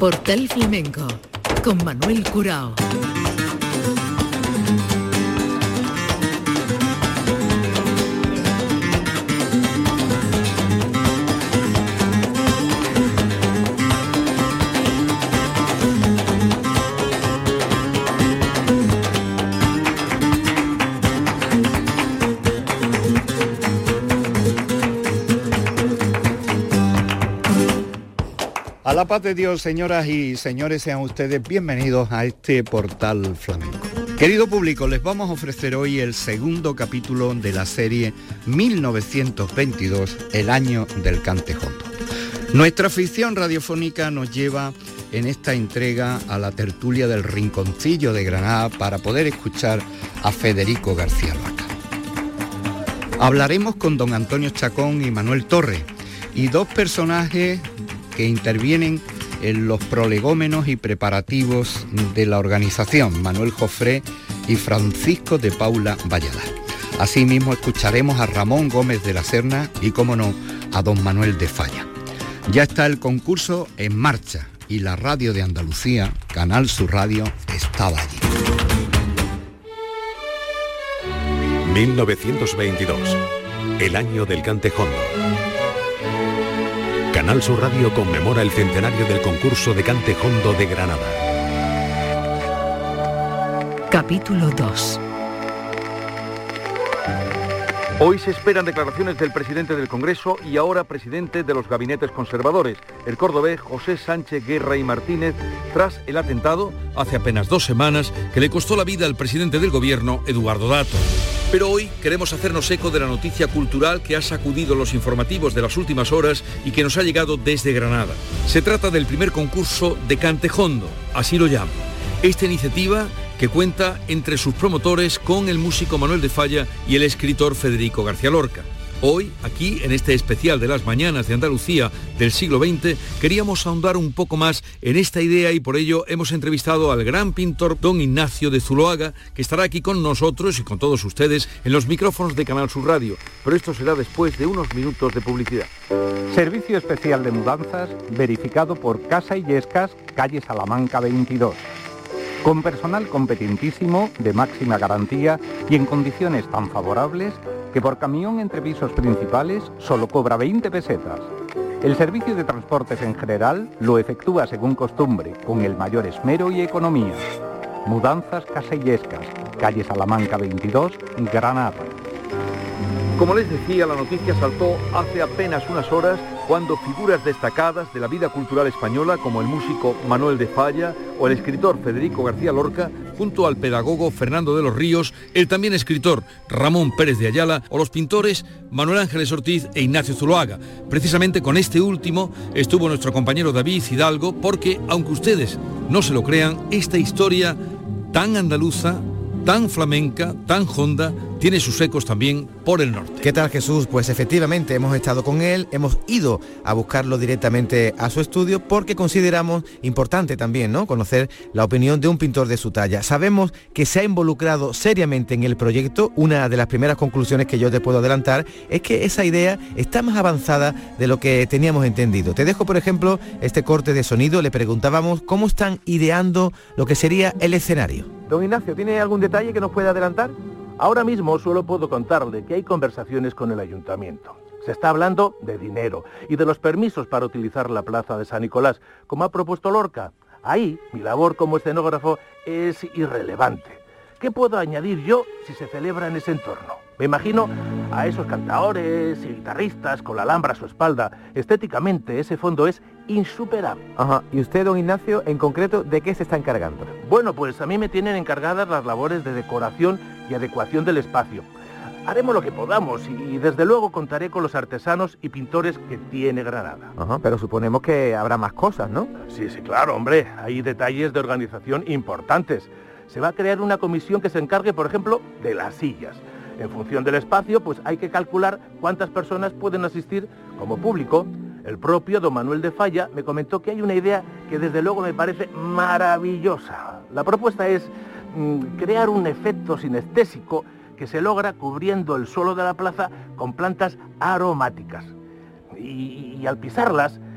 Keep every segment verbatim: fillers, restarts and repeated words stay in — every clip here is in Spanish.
Portal Flamenco con Manuel Curao. A la paz de Dios, señoras y señores, sean ustedes bienvenidos a este Portal Flamenco. Querido público, les vamos a ofrecer hoy el segundo capítulo de la serie mil novecientos veintidós, el año del cante jondo. Nuestra afición radiofónica nos lleva en esta entrega a la tertulia del Rinconcillo de Granada para poder escuchar a Federico García Lorca. Hablaremos con don Antonio Chacón y Manuel Torres, y dos personajes que intervienen en los prolegómenos y preparativos de la organización, Manuel Jofré y Francisco de Paula Valladar. Asimismo escucharemos a Ramón Gómez de la Serna y, cómo no, a don Manuel de Falla. Ya está el concurso en marcha y la radio de Andalucía, Canal Sur Radio, estaba allí. mil novecientos veintidós, el año del cante jondo. Canal Sur Radio conmemora el centenario del concurso de cante jondo de Granada. Capítulo dos. Hoy se esperan declaraciones del presidente del Congreso y ahora presidente de los gabinetes conservadores, el cordobés José Sánchez Guerra y Martínez, tras el atentado, hace apenas dos semanas, que le costó la vida al presidente del gobierno, Eduardo Dato. Pero hoy queremos hacernos eco de la noticia cultural que ha sacudido los informativos de las últimas horas y que nos ha llegado desde Granada. Se trata del primer concurso de cante jondo, así lo llamo. Esta iniciativa que cuenta entre sus promotores con el músico Manuel de Falla y el escritor Federico García Lorca. Hoy, aquí, en este especial de las mañanas de Andalucía del siglo veinte, queríamos ahondar un poco más en esta idea y por ello hemos entrevistado al gran pintor don Ignacio de Zuloaga, que estará aquí con nosotros y con todos ustedes en los micrófonos de Canal Sur Radio. Pero esto será después de unos minutos de publicidad. Servicio especial de mudanzas verificado por Casa Illescas, calle Salamanca veintidós. Con personal competentísimo, de máxima garantía y en condiciones tan favorables que por camión entre pisos principales solo cobra veinte pesetas. El servicio de transportes en general lo efectúa según costumbre, con el mayor esmero y economía. Mudanzas Casa Illescas, calle Salamanca veintidós, Granada. Como les decía, la noticia saltó hace apenas unas horas cuando figuras destacadas de la vida cultural española, como el músico Manuel de Falla o el escritor Federico García Lorca, junto al pedagogo Fernando de los Ríos, el también escritor Ramón Pérez de Ayala o los pintores Manuel Ángeles Ortiz e Ignacio Zuloaga. Precisamente con este último estuvo nuestro compañero David Hidalgo porque, aunque ustedes no se lo crean, esta historia tan andaluza, tan flamenca, tan honda, tiene sus ecos también por el norte. ¿Qué tal, Jesús? Pues efectivamente hemos estado con él, hemos ido a buscarlo directamente a su estudio porque consideramos importante también, ¿no?, conocer la opinión de un pintor de su talla. Sabemos que se ha involucrado seriamente en el proyecto. Una de las primeras conclusiones que yo te puedo adelantar es que esa idea está más avanzada de lo que teníamos entendido. Te dejo, por ejemplo, este corte de sonido. Le preguntábamos cómo están ideando lo que sería el escenario. Don Ignacio, ¿tiene algún detalle que nos pueda adelantar? Ahora mismo solo puedo contarle que hay conversaciones con el ayuntamiento. Se está hablando de dinero y de los permisos para utilizar la plaza de San Nicolás, como ha propuesto Lorca. Ahí, mi labor como escenógrafo es irrelevante. ¿Qué puedo añadir yo si se celebra en ese entorno? Me imagino a esos cantaores y guitarristas con la Alhambra a su espalda. Estéticamente, ese fondo es insuperable. Ajá. ¿Y usted, don Ignacio, en concreto, de qué se está encargando? Bueno, pues a mí me tienen encargadas las labores de decoración y adecuación del espacio. Haremos lo que podamos y, desde luego, contaré con los artesanos y pintores que tiene Granada. Ajá, pero suponemos que habrá más cosas, ¿no? Sí, sí, claro, hombre. Hay detalles de organización importantes. Se va a crear una comisión que se encargue, por ejemplo, de las sillas. En función del espacio, pues hay que calcular cuántas personas pueden asistir como público. El propio don Manuel de Falla me comentó que hay una idea que desde luego me parece maravillosa. La propuesta es mmm, crear un efecto sinestésico que se logra cubriendo el suelo de la plaza con plantas aromáticas. Y, y al pisarlas,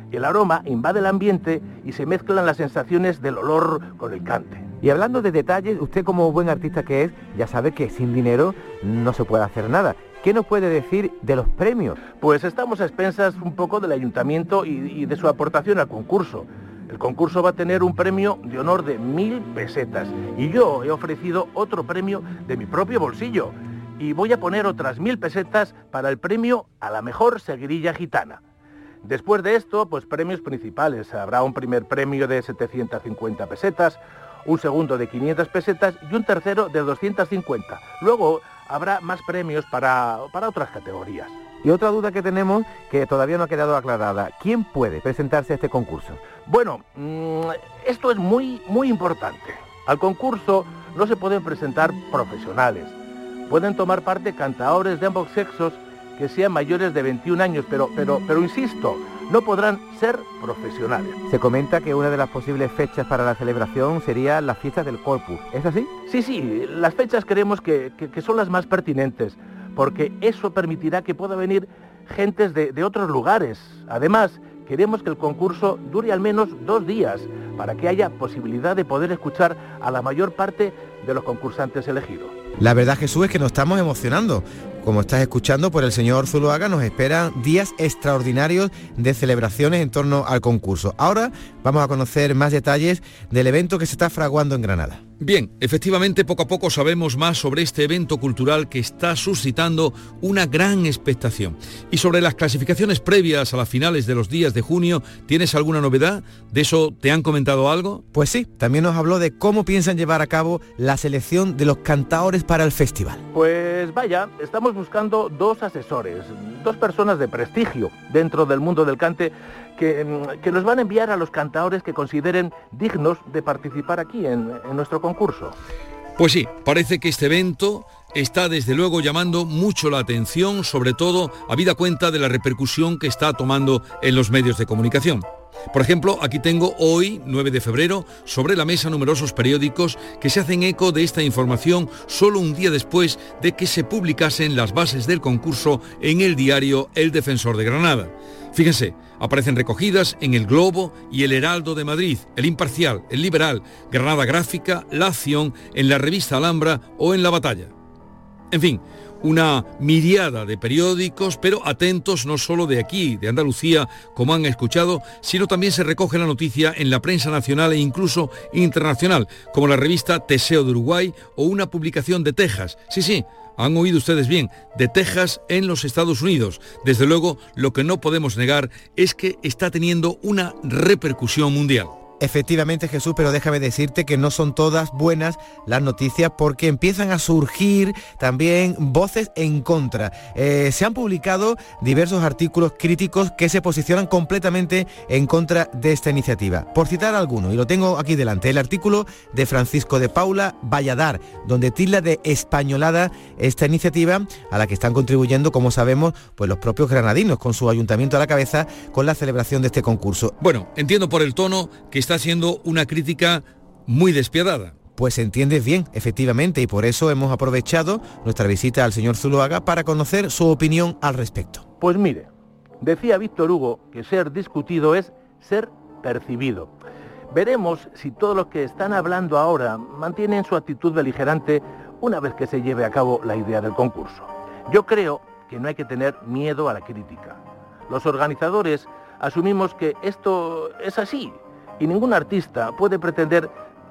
El aroma invade el ambiente y se mezclan las sensaciones del olor con el cante. Y hablando de detalles, usted como buen artista que es, ya sabe que sin dinero no se puede hacer nada. ¿Qué nos puede decir de los premios? Pues estamos a expensas un poco del ayuntamiento y, y de su aportación al concurso. El concurso va a tener un premio de honor de mil pesetas y yo he ofrecido otro premio de mi propio bolsillo y voy a poner otras mil pesetas para el premio a la mejor seguirilla gitana. Después de esto, pues premios principales. Habrá un primer premio de setecientas cincuenta pesetas, un segundo de quinientas pesetas y un tercero de doscientas cincuenta. Luego habrá más premios para, para otras categorías. Y otra duda que tenemos, que todavía no ha quedado aclarada, ¿quién puede presentarse a este concurso? Bueno, mmm, esto es muy, muy importante. Al concurso no se pueden presentar profesionales. Pueden tomar parte cantaores de ambos sexos que sean mayores de veintiún años, pero, pero, pero insisto, no podrán ser profesionales. Se comenta que una de las posibles fechas para la celebración sería la fiesta del Corpus, ¿es así? Sí, sí, las fechas creemos que, que, que son las más pertinentes, porque eso permitirá que pueda venir gentes de, de otros lugares. Además, queremos que el concurso dure al menos dos días, para que haya posibilidad de poder escuchar a la mayor parte de los concursantes elegidos. La verdad, Jesús, es que nos estamos emocionando. Como estás escuchando, por el señor Zuloaga nos esperan días extraordinarios de celebraciones en torno al concurso. Ahora vamos a conocer más detalles del evento que se está fraguando en Granada. Bien, efectivamente poco a poco sabemos más sobre este evento cultural que está suscitando una gran expectación. Y sobre las clasificaciones previas a las finales de los días de junio, ¿tienes alguna novedad? ¿De eso te han comentado algo? Pues sí, también nos habló de cómo piensan llevar a cabo la selección de los cantaores para el festival. Pues vaya, estamos buscando dos asesores, dos personas de prestigio dentro del mundo del cante que, que nos van a enviar a los cantaores que consideren dignos de participar aquí en, en nuestro concurso. Pues sí, parece que este evento está desde luego llamando mucho la atención, sobre todo habida cuenta de la repercusión que está tomando en los medios de comunicación. Por ejemplo, aquí tengo hoy, nueve de febrero, sobre la mesa numerosos periódicos que se hacen eco de esta información solo un día después de que se publicasen las bases del concurso en el diario El Defensor de Granada. Fíjense, aparecen recogidas en El Globo y El Heraldo de Madrid, El Imparcial, El Liberal, Granada Gráfica, La Acción, en la revista Alhambra o en La Batalla. En fin, una miriada de periódicos, pero atentos no solo de aquí, de Andalucía, como han escuchado, sino también se recoge la noticia en la prensa nacional e incluso internacional, como la revista Teseo de Uruguay o una publicación de Texas. Sí, sí, han oído ustedes bien, de Texas en los Estados Unidos. Desde luego, lo que no podemos negar es que está teniendo una repercusión mundial. Efectivamente, Jesús, pero déjame decirte que no son todas buenas las noticias porque empiezan a surgir también voces en contra. Eh, se han publicado diversos artículos críticos que se posicionan completamente en contra de esta iniciativa. Por citar algunos, y lo tengo aquí delante, el artículo de Francisco de Paula Valladar, donde tilda de españolada esta iniciativa a la que están contribuyendo, como sabemos, pues los propios granadinos, con su ayuntamiento a la cabeza, con la celebración de este concurso. Bueno, entiendo por el tono que está haciendo una crítica muy despiadada. Pues entiendes bien, efectivamente, y por eso hemos aprovechado nuestra visita al señor Zuloaga para conocer su opinión al respecto. Pues mire, decía Víctor Hugo que ser discutido es ser percibido. Veremos si todos los que están hablando ahora mantienen su actitud beligerante una vez que se lleve a cabo la idea del concurso. Yo creo que no hay que tener miedo a la crítica. Los organizadores asumimos que esto es así, y ningún artista puede pretender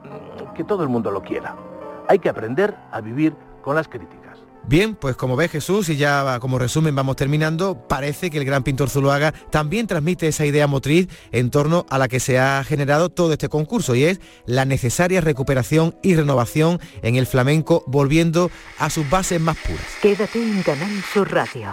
que todo el mundo lo quiera. Hay que aprender a vivir con las críticas. Bien, pues como ves, Jesús, y ya como resumen vamos terminando, parece que el gran pintor Zuloaga también transmite esa idea motriz en torno a la que se ha generado todo este concurso, y es la necesaria recuperación y renovación en el flamenco, volviendo a sus bases más puras. Quédate en Canal Sur Radio,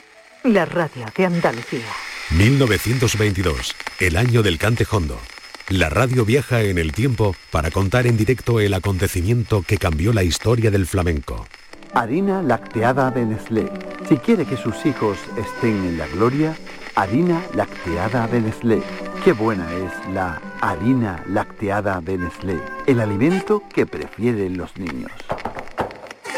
la radio de Andalucía. mil novecientos veintidós, el año del cante jondo. La radio viaja en el tiempo para contar en directo el acontecimiento que cambió la historia del flamenco. Harina lacteada de Nestlé. Si quiere que sus hijos estén en la gloria, harina lacteada de Nestlé. Qué buena es la harina lacteada de Nestlé, el alimento que prefieren los niños.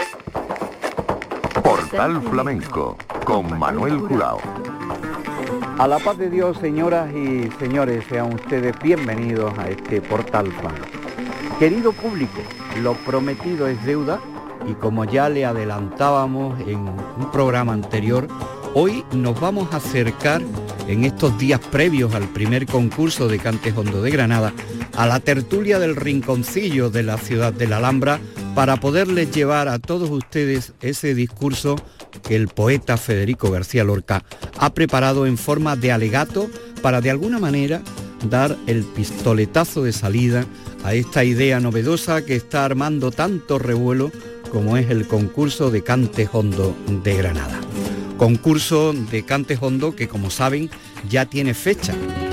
Portal Flamenco con Manuel Curao. A la paz de Dios, señoras y señores, sean ustedes bienvenidos a este Portal Flamenco. Querido público, lo prometido es deuda y como ya le adelantábamos en un programa anterior, hoy nos vamos a acercar en estos días previos al primer concurso de Cante Hondo de Granada a la tertulia del rinconcillo de la ciudad de la Alhambra para poderles llevar a todos ustedes ese discurso que el poeta Federico García Lorca ha preparado en forma de alegato para de alguna manera dar el pistoletazo de salida a esta idea novedosa que está armando tanto revuelo como es el concurso de Cante Hondo de Granada. Concurso de Cante Hondo que, como saben, ya tiene fecha.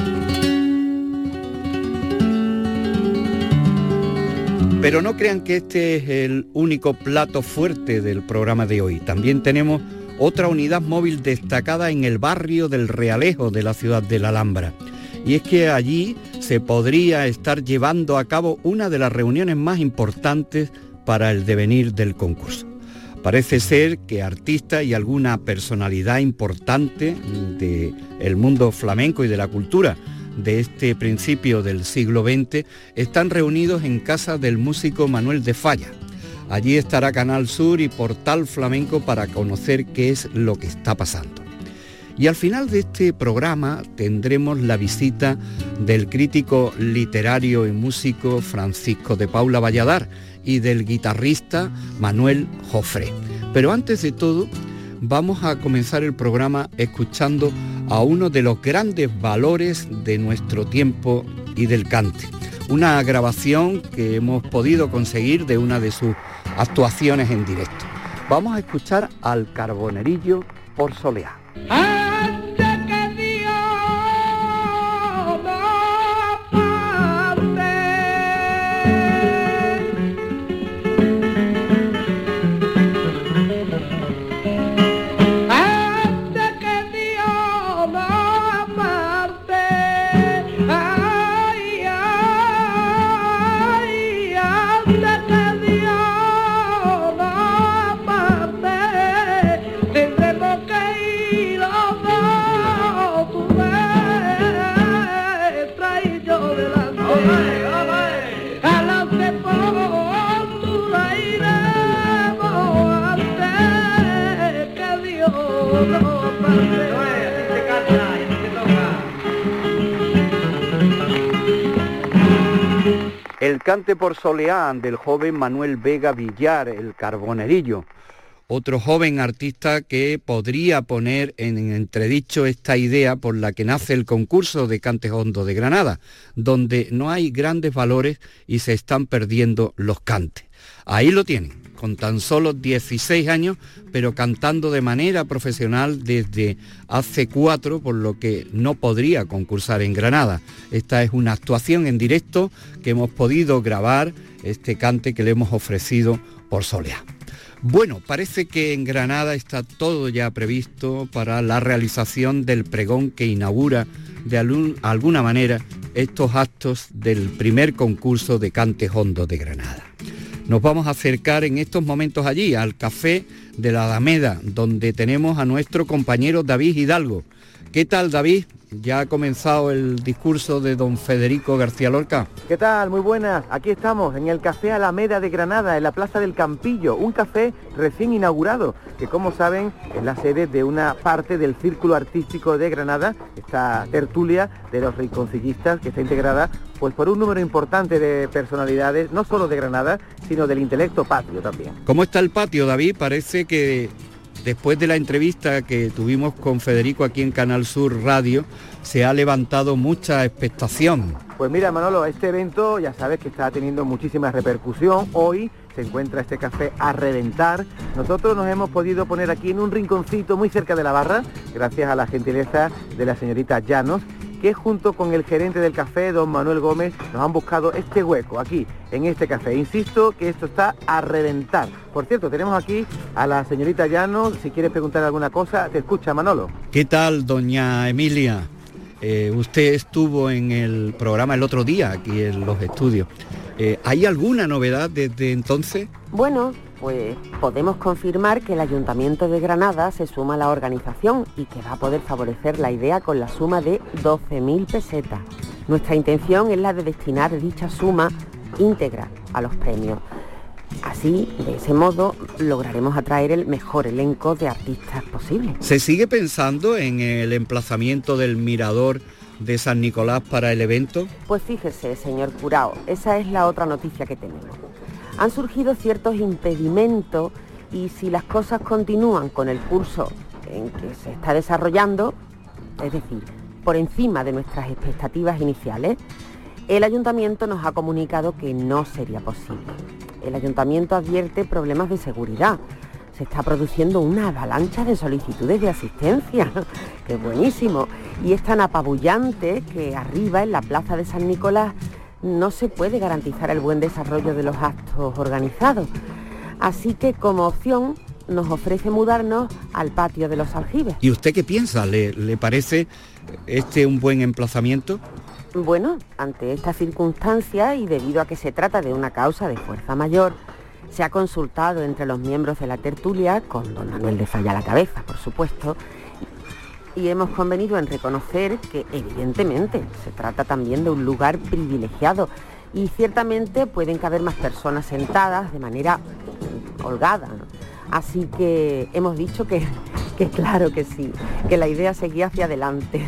Pero no crean que este es el único plato fuerte del programa de hoy. También tenemos otra unidad móvil destacada en el barrio del Realejo de la ciudad de la Alhambra. Y es que allí se podría estar llevando a cabo una de las reuniones más importantes para el devenir del concurso. Parece ser que artistas y alguna personalidad importante del mundo flamenco y de la cultura de este principio del siglo veinte están reunidos en casa del músico Manuel de Falla. Allí estará Canal Sur y Portal Flamenco para conocer qué es lo que está pasando. Y al final de este programa tendremos la visita del crítico literario y músico Francisco de Paula Valladar y del guitarrista Manuel Jofré. Pero antes de todo, vamos a comenzar el programa escuchando a uno de los grandes valores de nuestro tiempo y del cante. Una grabación que hemos podido conseguir de una de sus actuaciones en directo. Vamos a escuchar al Carbonerillo por Soleá. El cante por Soleá del joven Manuel Vega Villar, el Carbonerillo, otro joven artista que podría poner en entredicho esta idea por la que nace el concurso de Cante Hondo de Granada, donde no hay grandes valores y se están perdiendo los cantes. Ahí lo tienen, con tan solo dieciséis años, pero cantando de manera profesional desde hace cuatro, por lo que no podría concursar en Granada. Esta es una actuación en directo que hemos podido grabar, este cante que le hemos ofrecido por Soleá. Bueno, parece que en Granada está todo ya previsto para la realización del pregón que inaugura de algún, alguna manera estos actos del primer concurso de Cante Hondo de Granada. Nos vamos a acercar en estos momentos allí, al Café de la Alameda, donde tenemos a nuestro compañero David Hidalgo. ¿Qué tal, David? ¿Ya ha comenzado el discurso de don Federico García Lorca? ¿Qué tal? Muy buenas. Aquí estamos, en el Café Alameda de Granada, en la Plaza del Campillo, un café recién inaugurado, que como saben es la sede de una parte del Círculo Artístico de Granada, esta tertulia de los rinconcillistas que está integrada pues por un número importante de personalidades, no solo de Granada, sino del intelecto patrio también. ¿Cómo está el patio, David? Parece que después de la entrevista que tuvimos con Federico aquí en Canal Sur Radio, se ha levantado mucha expectación. Pues mira, Manolo, este evento ya sabes que está teniendo muchísima repercusión. Hoy se encuentra este café a reventar. Nosotros nos hemos podido poner aquí en un rinconcito muy cerca de la barra, gracias a la gentileza de la señorita Llanos, que junto con el gerente del café, don Manuel Gómez, nos han buscado este hueco aquí, en este café. Insisto que esto está a reventar. Por cierto, tenemos aquí a la señorita Llanos. Si quieres preguntar alguna cosa, te escucha, Manolo. ¿Qué tal, doña Emilia? Eh, usted estuvo en el programa el otro día, aquí en los estudios. Eh, ¿Hay alguna novedad desde entonces? Bueno, pues podemos confirmar que el Ayuntamiento de Granada se suma a la organización y que va a poder favorecer la idea con la suma de doce mil pesetas. Nuestra intención es la de destinar dicha suma íntegra a los premios. Así, de ese modo, lograremos atraer el mejor elenco de artistas posible. ¿Se sigue pensando en el emplazamiento del mirador de San Nicolás para el evento? Pues fíjese, señor Curao, esa es la otra noticia que tenemos. Han surgido ciertos impedimentos y si las cosas continúan con el curso en que se está desarrollando, es decir, por encima de nuestras expectativas iniciales, el Ayuntamiento nos ha comunicado que no sería posible. El Ayuntamiento advierte problemas de seguridad. Se está produciendo una avalancha de solicitudes de asistencia. ¡Qué buenísimo! Y es tan apabullante que arriba, en la plaza de San Nicolás, no se puede garantizar el buen desarrollo de los actos organizados. Así que, como opción, nos ofrece mudarnos al patio de los Aljibes. ¿Y usted qué piensa? ¿Le, le parece este un buen emplazamiento? Bueno, ante esta circunstancia y debido a que se trata de una causa de fuerza mayor, se ha consultado entre los miembros de la tertulia, con don Manuel de Falla a la cabeza, por supuesto, y hemos convenido en reconocer que, evidentemente, se trata también de un lugar privilegiado y ciertamente pueden caber más personas sentadas de manera holgada, ¿no? Así que hemos dicho que, que claro que sí, que la idea seguía hacia adelante.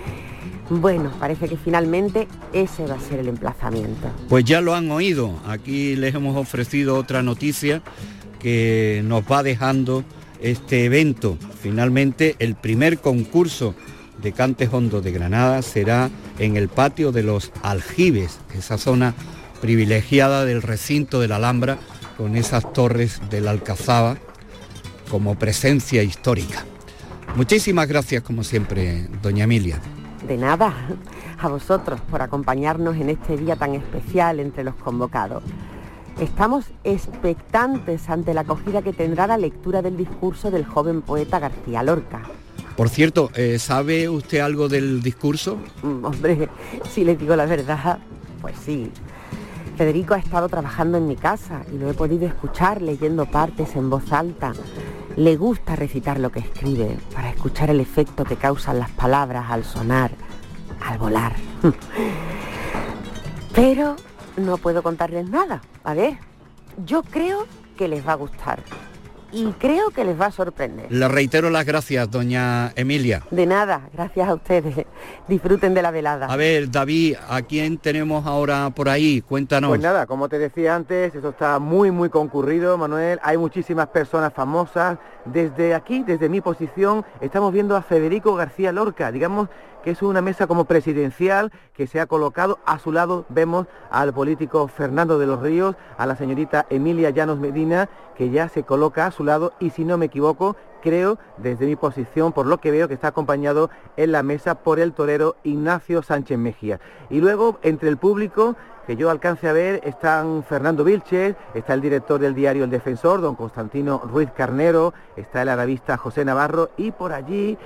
Bueno, parece que finalmente ese va a ser el emplazamiento. Pues ya lo han oído, aquí les hemos ofrecido otra noticia que nos va dejando este evento. Finalmente el primer concurso de Cante Hondo de Granada será en el patio de los Aljibes, esa zona privilegiada del recinto de la Alhambra, con esas torres de la Alcazaba como presencia histórica. Muchísimas gracias como siempre, doña Emilia. De nada, a vosotros por acompañarnos en este día tan especial entre los convocados. Estamos expectantes ante la acogida que tendrá la lectura del discurso del joven poeta García Lorca. Por cierto, eh, ¿sabe usted algo del discurso? Mm, hombre, si le digo la verdad, pues sí. Federico ha estado trabajando en mi casa y lo he podido escuchar leyendo partes en voz alta. Le gusta recitar lo que escribe para escuchar el efecto que causan las palabras al sonar, al volar. Pero no puedo contarles nada. A ver, yo creo que les va a gustar y creo que les va a sorprender. Le reitero las gracias, doña Emilia. De nada, gracias a ustedes. Disfruten de la velada. A ver, David, ¿a quién tenemos ahora por ahí? Cuéntanos. Pues nada, como te decía antes, eso está muy, muy concurrido, Manuel. Hay muchísimas personas famosas. Desde aquí, desde mi posición, estamos viendo a Federico García Lorca. Digamos que es una mesa como presidencial que se ha colocado. A su lado vemos al político Fernando de los Ríos, a la señorita Emilia Llanos Medina, que ya se coloca a su lado y, si no me equivoco, creo, desde mi posición, por lo que veo, que está acompañado en la mesa por el torero Ignacio Sánchez Mejía. Y luego, entre el público, que yo alcance a ver, están Fernando Vilches, está el director del diario El Defensor, don Constantino Ruiz Carnero, está el arabista José Navarro, y por allí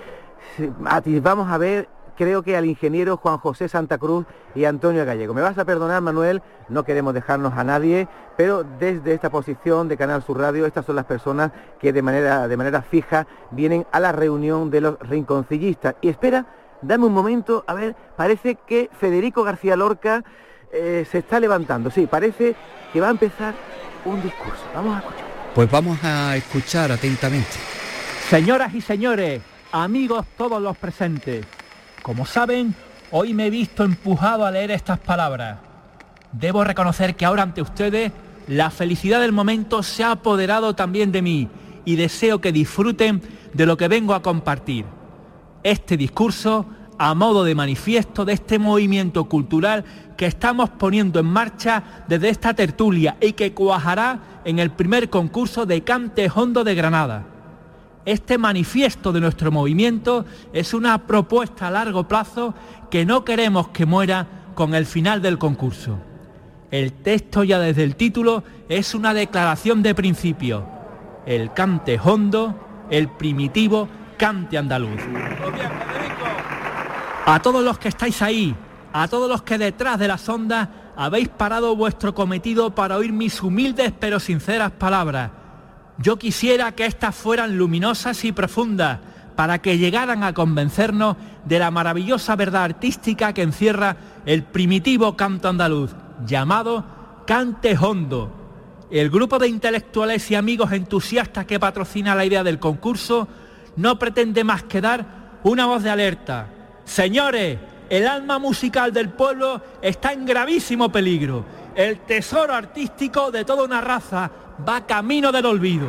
vamos a ver, creo que al ingeniero Juan José Santa Cruz y Antonio Gallego. Me vas a perdonar, Manuel, no queremos dejarnos a nadie, pero desde esta posición de Canal Sur Radio, estas son las personas que de manera, de manera fija vienen a la reunión de los rinconcillistas. Y espera, dame un momento, a ver, parece que Federico García Lorca eh, se está levantando. Sí, parece que va a empezar un discurso. Vamos a escuchar. Pues vamos a escuchar atentamente. Señoras y señores, amigos todos los presentes, como saben, hoy me he visto empujado a leer estas palabras. Debo reconocer que ahora ante ustedes la felicidad del momento se ha apoderado también de mí y deseo que disfruten de lo que vengo a compartir. Este discurso a modo de manifiesto de este movimiento cultural que estamos poniendo en marcha desde esta tertulia y que cuajará en el primer concurso de Cante Hondo de Granada. Este manifiesto de nuestro movimiento es una propuesta a largo plazo que no queremos que muera con el final del concurso. El texto, ya desde el título, es una declaración de principio. El cante hondo, el primitivo cante andaluz. A todos los que estáis ahí, a todos los que detrás de las ondas habéis parado vuestro cometido para oír mis humildes pero sinceras palabras. Yo quisiera que éstas fueran luminosas y profundas, para que llegaran a convencernos de la maravillosa verdad artística que encierra el primitivo canto andaluz, llamado Cante Hondo. El grupo de intelectuales y amigos entusiastas que patrocina la idea del concurso no pretende más que dar una voz de alerta. Señores, el alma musical del pueblo está en gravísimo peligro. El tesoro artístico de toda una raza va camino del olvido.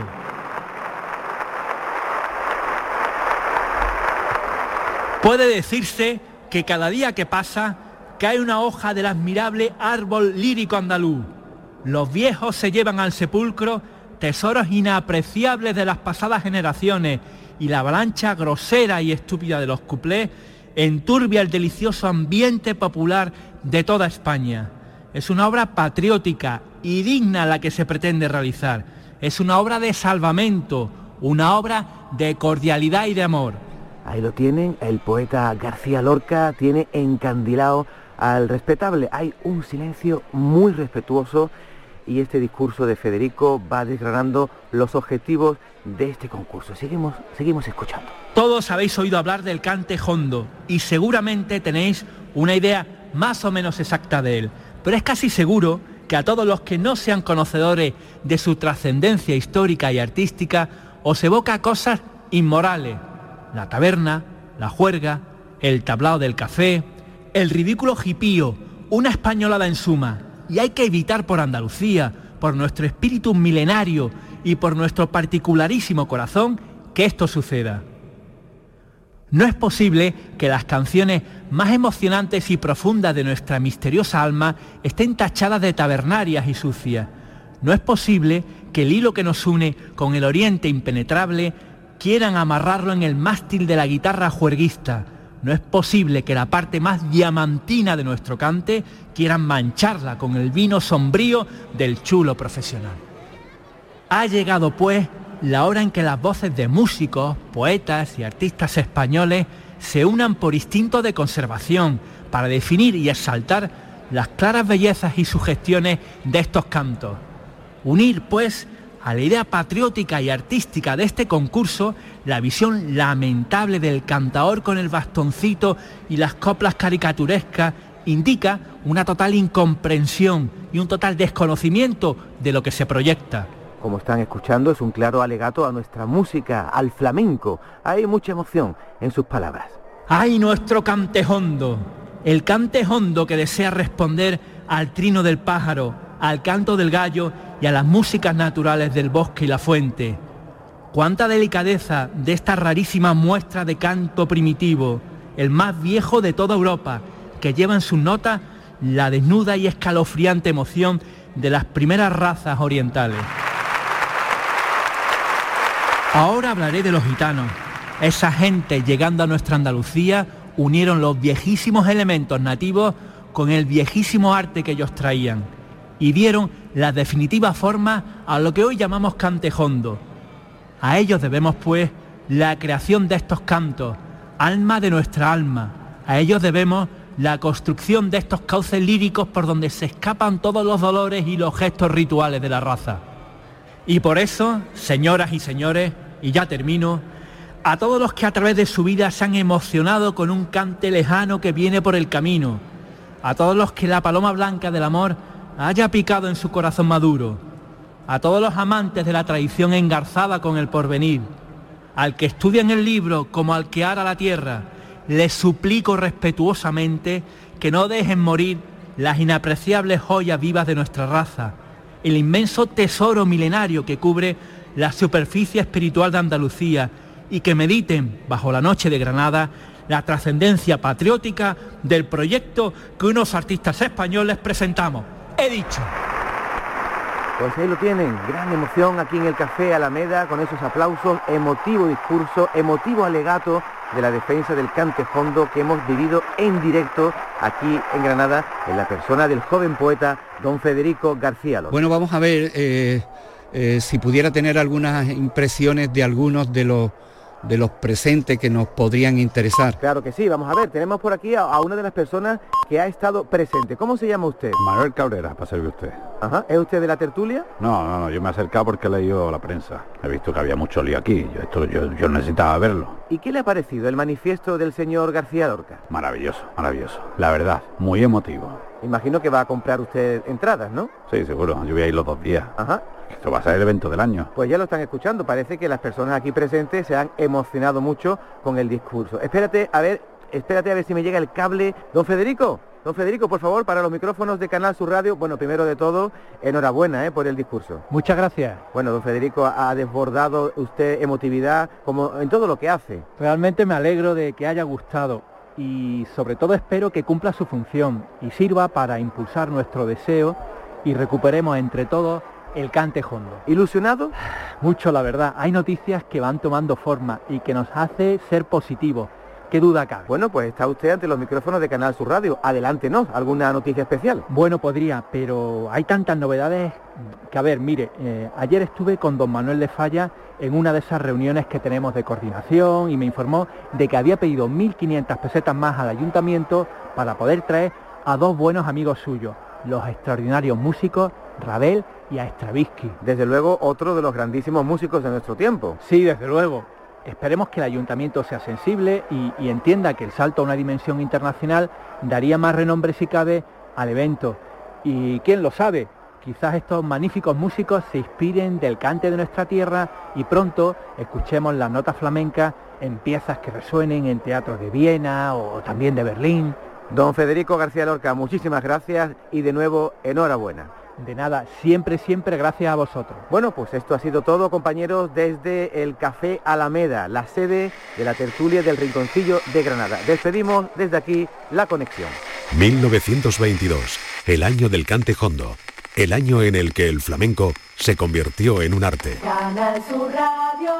Puede decirse que cada día que pasa cae una hoja del admirable árbol lírico andaluz. Los viejos se llevan al sepulcro tesoros inapreciables de las pasadas generaciones y la avalancha grosera y estúpida de los cuplés enturbia el delicioso ambiente popular de toda España. Es una obra patriótica y digna la que se pretende realizar. Es una obra de salvamento, una obra de cordialidad y de amor. Ahí lo tienen, el poeta García Lorca tiene encandilado al respetable. Hay un silencio muy respetuoso y este discurso de Federico va desgranando los objetivos de este concurso. Seguimos, seguimos escuchando. Todos habéis oído hablar del cante hondo y seguramente tenéis una idea más o menos exacta de él, pero es casi seguro que a todos los que no sean conocedores de su trascendencia histórica y artística os evoca cosas inmorales: la taberna, la juerga, el tablao del café, el ridículo jipío, una españolada en suma. Y hay que evitar por Andalucía, por nuestro espíritu milenario y por nuestro particularísimo corazón que esto suceda. No es posible que las canciones más emocionantes y profundas de nuestra misteriosa alma estén tachadas de tabernarias y sucias. No es posible que el hilo que nos une con el oriente impenetrable quieran amarrarlo en el mástil de la guitarra juerguista. No es posible que la parte más diamantina de nuestro cante quieran mancharla con el vino sombrío del chulo profesional. Ha llegado, pues, la hora en que las voces de músicos, poetas y artistas españoles se unan por instinto de conservación para definir y exaltar las claras bellezas y sugestiones de estos cantos. Unir, pues, a la idea patriótica y artística de este concurso la visión lamentable del cantaor con el bastoncito y las coplas caricaturescas indica una total incomprensión y un total desconocimiento de lo que se proyecta. Como están escuchando, es un claro alegato a nuestra música, al flamenco. Hay mucha emoción en sus palabras. ¡Ay, nuestro cante hondo! El cante hondo que desea responder al trino del pájaro, al canto del gallo y a las músicas naturales del bosque y la fuente. Cuánta delicadeza de esta rarísima muestra de canto primitivo, el más viejo de toda Europa, que lleva en sus notas la desnuda y escalofriante emoción de las primeras razas orientales. Ahora hablaré de los gitanos. Esa gente, llegando a nuestra Andalucía, unieron los viejísimos elementos nativos con el viejísimo arte que ellos traían y dieron la definitiva forma a lo que hoy llamamos cante hondo. A ellos debemos, pues, la creación de estos cantos, alma de nuestra alma. A ellos debemos la construcción de estos cauces líricos por donde se escapan todos los dolores y los gestos rituales de la raza. Y por eso, señoras y señores, y ya termino, a todos los que a través de su vida se han emocionado con un cante lejano que viene por el camino, a todos los que la paloma blanca del amor haya picado en su corazón maduro, a todos los amantes de la tradición engarzada con el porvenir, al que estudia en el libro como al que ara la tierra, les suplico respetuosamente que no dejen morir las inapreciables joyas vivas de nuestra raza, el inmenso tesoro milenario que cubre la superficie espiritual de Andalucía, y que mediten, bajo la noche de Granada, la trascendencia patriótica del proyecto que unos artistas españoles presentamos. He dicho. Pues ahí lo tienen, gran emoción aquí en el Café Alameda, con esos aplausos, emotivo discurso, emotivo alegato de la defensa del cante hondo que hemos vivido en directo aquí en Granada, en la persona del joven poeta don Federico García Lorca. Bueno, vamos a ver eh, eh, si pudiera tener algunas impresiones de algunos de los de los presentes que nos podrían interesar. Claro que sí, vamos a ver, tenemos por aquí a, a una de las personas que ha estado presente. ¿Cómo se llama usted? Manuel Cabrera, para servir usted. Ajá, ¿es usted de la tertulia? No, no, no, yo me he acercado porque he leído la prensa. He visto que había mucho lío aquí, yo, esto, yo, yo necesitaba verlo. ¿Y qué le ha parecido el manifiesto del señor García Lorca? Maravilloso, maravilloso. La verdad, muy emotivo. Imagino que va a comprar usted entradas, ¿no? Sí, seguro, yo voy a ir los dos días. Ajá. Esto va a ser el evento del año. Pues ya lo están escuchando, parece que las personas aquí presentes se han emocionado mucho con el discurso. Espérate, a ver, espérate a ver si me llega el cable. Don Federico, don Federico, por favor, para los micrófonos de Canal Sur Radio. Bueno, primero de todo, enhorabuena eh, por el discurso. Muchas gracias. Bueno, don Federico, ha desbordado usted emotividad como en todo lo que hace. Realmente me alegro de que haya gustado y sobre todo espero que cumpla su función y sirva para impulsar nuestro deseo y recuperemos entre todos el cante jondo. ¿Ilusionado? Mucho, la verdad. Hay noticias que van tomando forma y que nos hace ser positivos. ¿Qué duda cabe? Bueno, pues está usted ante los micrófonos de Canal Sur Radio. Adelántenos, ¿alguna noticia especial? Bueno, podría, pero hay tantas novedades que, a ver, mire, eh, ayer estuve con don Manuel de Falla en una de esas reuniones que tenemos de coordinación y me informó de que había pedido mil quinientas pesetas más al ayuntamiento para poder traer a dos buenos amigos suyos, los extraordinarios músicos Ravel y a Stravinsky. Desde luego, otro de los grandísimos músicos de nuestro tiempo. Sí, desde luego. Esperemos que el ayuntamiento sea sensible y, y entienda que el salto a una dimensión internacional daría más renombre, si cabe, al evento. Y quién lo sabe, quizás estos magníficos músicos se inspiren del cante de nuestra tierra y pronto escuchemos las notas flamencas en piezas que resuenen en teatros de Viena o también de Berlín. Don Federico García Lorca, muchísimas gracias y de nuevo, enhorabuena. De nada, siempre, siempre gracias a vosotros. Bueno, pues esto ha sido todo, compañeros, desde el Café Alameda, la sede de la tertulia del Rinconcillo de Granada. Despedimos desde aquí la conexión. mil novecientos veintidós, el año del cante jondo, el año en el que el flamenco se convirtió en un arte. Canal Sur Radio.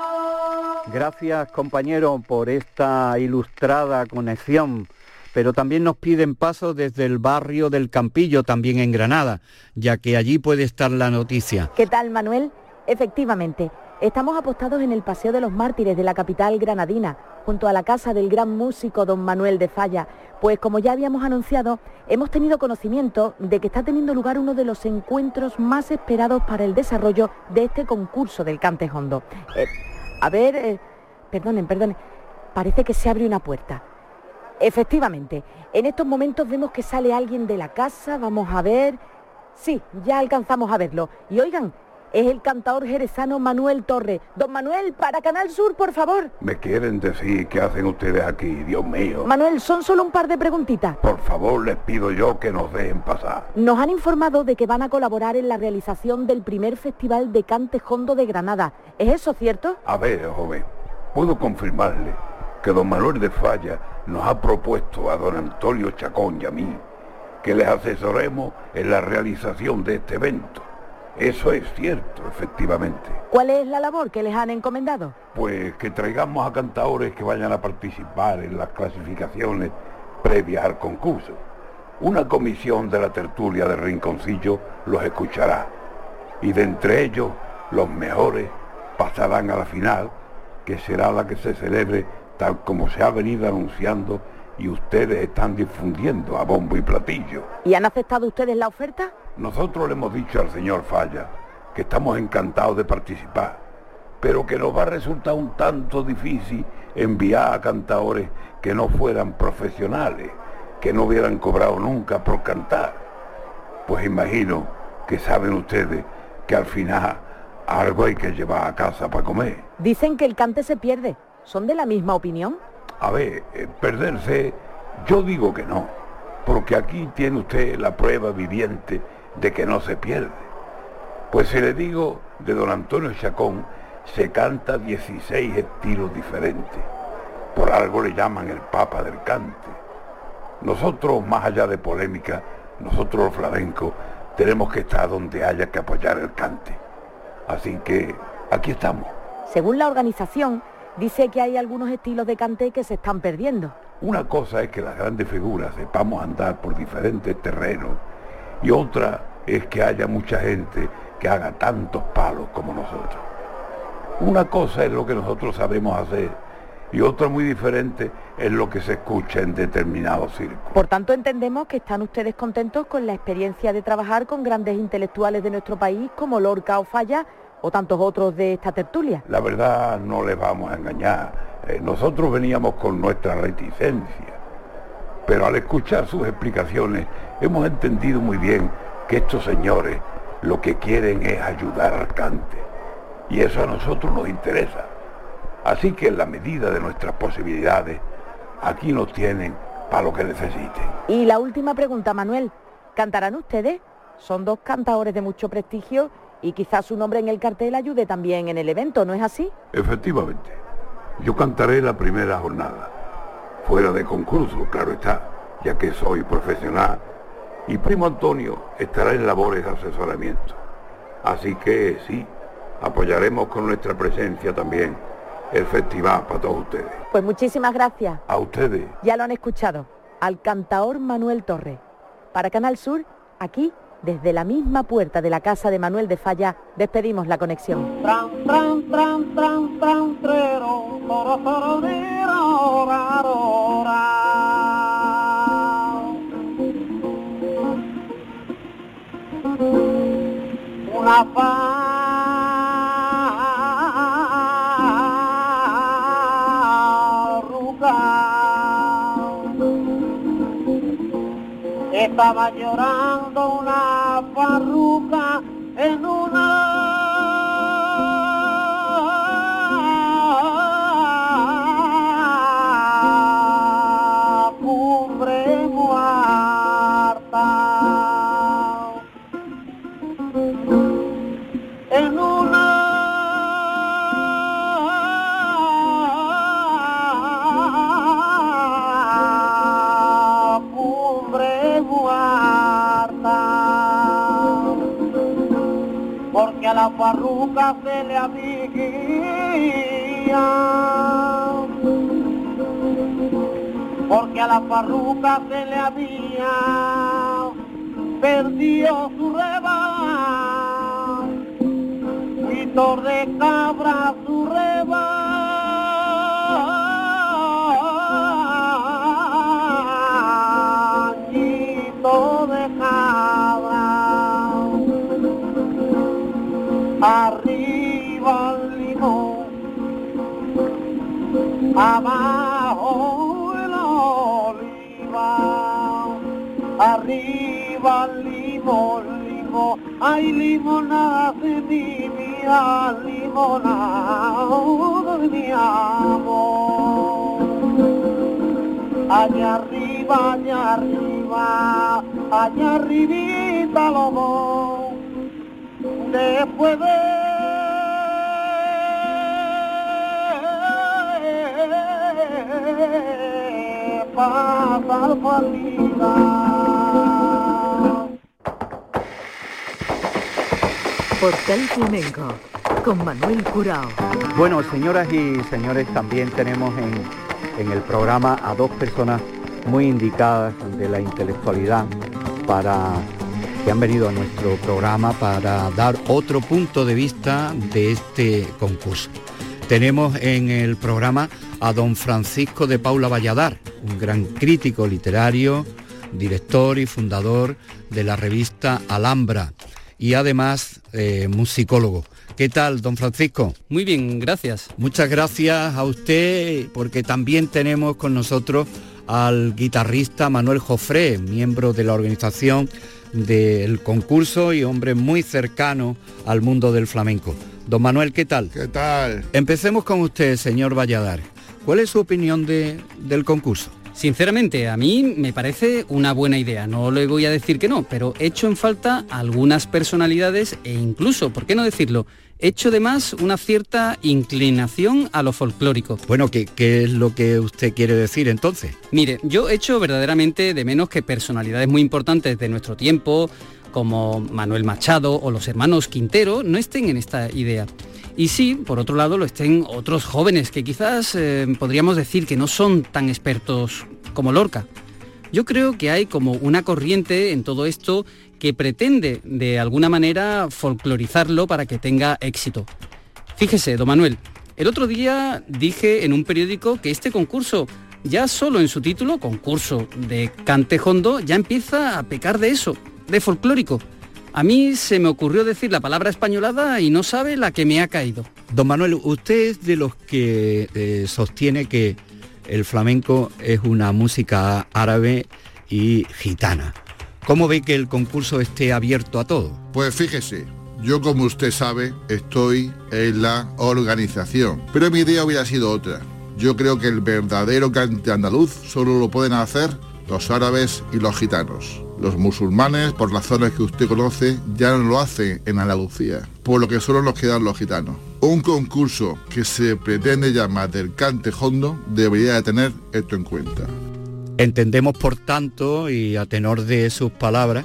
Gracias, compañeros, por esta ilustrada conexión. Pero también nos piden paso desde el barrio del Campillo, también en Granada, ya que allí puede estar la noticia. ¿Qué tal, Manuel? Efectivamente, estamos apostados en el Paseo de los Mártires de la capital granadina, junto a la casa del gran músico don Manuel de Falla, pues como ya habíamos anunciado, hemos tenido conocimiento de que está teniendo lugar uno de los encuentros más esperados para el desarrollo de este concurso del cante jondo. Eh, a ver, eh, perdonen, perdonen, parece que se abre una puerta. Efectivamente, en estos momentos vemos que sale alguien de la casa, vamos a ver... Sí, ya alcanzamos a verlo. Y oigan, es el cantador jerezano Manuel Torre. Don Manuel, para Canal Sur, por favor. ¿Me quieren decir qué hacen ustedes aquí, Dios mío? Manuel, son solo un par de preguntitas. Por favor, les pido yo que nos dejen pasar. Nos han informado de que van a colaborar en la realización del primer Festival de Cante Jondo de Granada. ¿Es eso cierto? A ver, joven, puedo confirmarle que don Manuel de Falla nos ha propuesto a don Antonio Chacón y a mí que les asesoremos en la realización de este evento. Eso es cierto, efectivamente. ¿Cuál es la labor que les han encomendado? Pues que traigamos a cantadores que vayan a participar en las clasificaciones previas al concurso. Una comisión de la tertulia del Rinconcillo los escuchará y de entre ellos los mejores pasarán a la final, que será la que se celebre tal como se ha venido anunciando y ustedes están difundiendo a bombo y platillo. ¿Y han aceptado ustedes la oferta? Nosotros le hemos dicho al señor Falla que estamos encantados de participar, pero que nos va a resultar un tanto difícil enviar a cantadores que no fueran profesionales, que no hubieran cobrado nunca por cantar. Pues imagino que saben ustedes que al final algo hay que llevar a casa para comer. Dicen que el cante se pierde. ¿Son de la misma opinión? A ver, eh, perderse, yo digo que no, porque aquí tiene usted la prueba viviente de que no se pierde. Pues si le digo, de don Antonio Chacón se canta dieciséis estilos diferentes. Por algo le llaman el Papa del Cante. Nosotros, más allá de polémica, nosotros los flamencos tenemos que estar donde haya que apoyar el cante. Así que aquí estamos. Según la organización, dice que hay algunos estilos de cante que se están perdiendo. Una cosa es que las grandes figuras sepamos andar por diferentes terrenos y otra es que haya mucha gente que haga tantos palos como nosotros. Una cosa es lo que nosotros sabemos hacer y otra muy diferente es lo que se escucha en determinados círculos. Por tanto, entendemos que están ustedes contentos con la experiencia de trabajar con grandes intelectuales de nuestro país como Lorca o Falla o tantos otros de esta tertulia. La verdad, no les vamos a engañar. Eh, nosotros veníamos con nuestra reticencia, pero al escuchar sus explicaciones hemos entendido muy bien que estos señores lo que quieren es ayudar al cante, y eso a nosotros nos interesa. Así que en la medida de nuestras posibilidades, aquí nos tienen para lo que necesiten. Y la última pregunta, Manuel, ¿cantarán ustedes? Son dos cantadores de mucho prestigio y quizás su nombre en el cartel ayude también en el evento, ¿no es así? Efectivamente, yo cantaré la primera jornada, fuera de concurso, claro está, ya que soy profesional, y Primo Antonio estará en labores de asesoramiento. Así que sí, apoyaremos con nuestra presencia también el festival para todos ustedes. Pues muchísimas gracias. A ustedes. Ya lo han escuchado, al cantaor Manuel Torre. Para Canal Sur, aquí, desde la misma puerta de la casa de Manuel de Falla, despedimos la conexión. Tran, tran, tran, tran, tran, trero, toro, toro, diro, ra, ro, ra. Una farruca estaba llorando, una farruca en una cumbre muerta. En una cumbre muerta, porque a la farruca se le había, porque a la farruca se le había perdido su rebaño, Víctor de cabra su rebañito de cabra. Arriba el limón, abajo el oliva, arriba el limón, limón, ay limonada de mi vida, limonada de mi amor. Allá arriba, allá arriba, allá arribita lo voy, después de pasar salida. Portal Flamenco, con Manuel Curao. Bueno, señoras y señores, también tenemos en, en el programa a dos personas muy indicadas de la intelectualidad para que han venido a nuestro programa para dar otro punto de vista de este concurso. Tenemos en el programa a don Francisco de Paula Valladar, un gran crítico literario, director y fundador de la revista Alhambra y además eh, musicólogo. ¿Qué tal, don Francisco? Muy bien, gracias. Muchas gracias a usted, porque también tenemos con nosotros al guitarrista Manuel Jofré, miembro de la organización del concurso y hombre muy cercano al mundo del flamenco. Don Manuel, ¿qué tal? ¿Qué tal? Empecemos con usted, señor Valladar. ¿Cuál es su opinión de, del concurso? Sinceramente, a mí me parece una buena idea, no le voy a decir que no, pero echo en falta algunas personalidades e incluso, ¿por qué no decirlo?, echo de más una cierta inclinación a lo folclórico. Bueno, ¿qué, qué es lo que usted quiere decir entonces? Mire, yo echo verdaderamente de menos que personalidades muy importantes de nuestro tiempo, como Manuel Machado o los hermanos Quintero, no estén en esta idea. Y sí, por otro lado, lo estén otros jóvenes que quizás eh, podríamos decir que no son tan expertos como Lorca. Yo creo que hay como una corriente en todo esto que pretende de alguna manera folclorizarlo para que tenga éxito. Fíjese, don Manuel, El otro día dije en un periódico que este concurso, ya solo en su título, concurso de cante jondo, ya empieza a pecar de eso, de folclórico. A mí se me ocurrió decir la palabra españolada y no sabe la que me ha caído. Don Manuel, usted es de los que eh, sostiene que el flamenco es una música árabe y gitana. ¿Cómo ve que el concurso esté abierto a todo? Pues fíjese, yo como usted sabe estoy en la organización, pero mi idea hubiera sido otra. Yo creo que el verdadero cante andaluz solo lo pueden hacer los árabes y los gitanos. Los musulmanes, por las zonas que usted conoce, ya no lo hacen en Andalucía, por lo que solo nos quedan los gitanos. Un concurso que se pretende llamar del cante jondo debería de tener esto en cuenta. Entendemos, por tanto, y a tenor de sus palabras,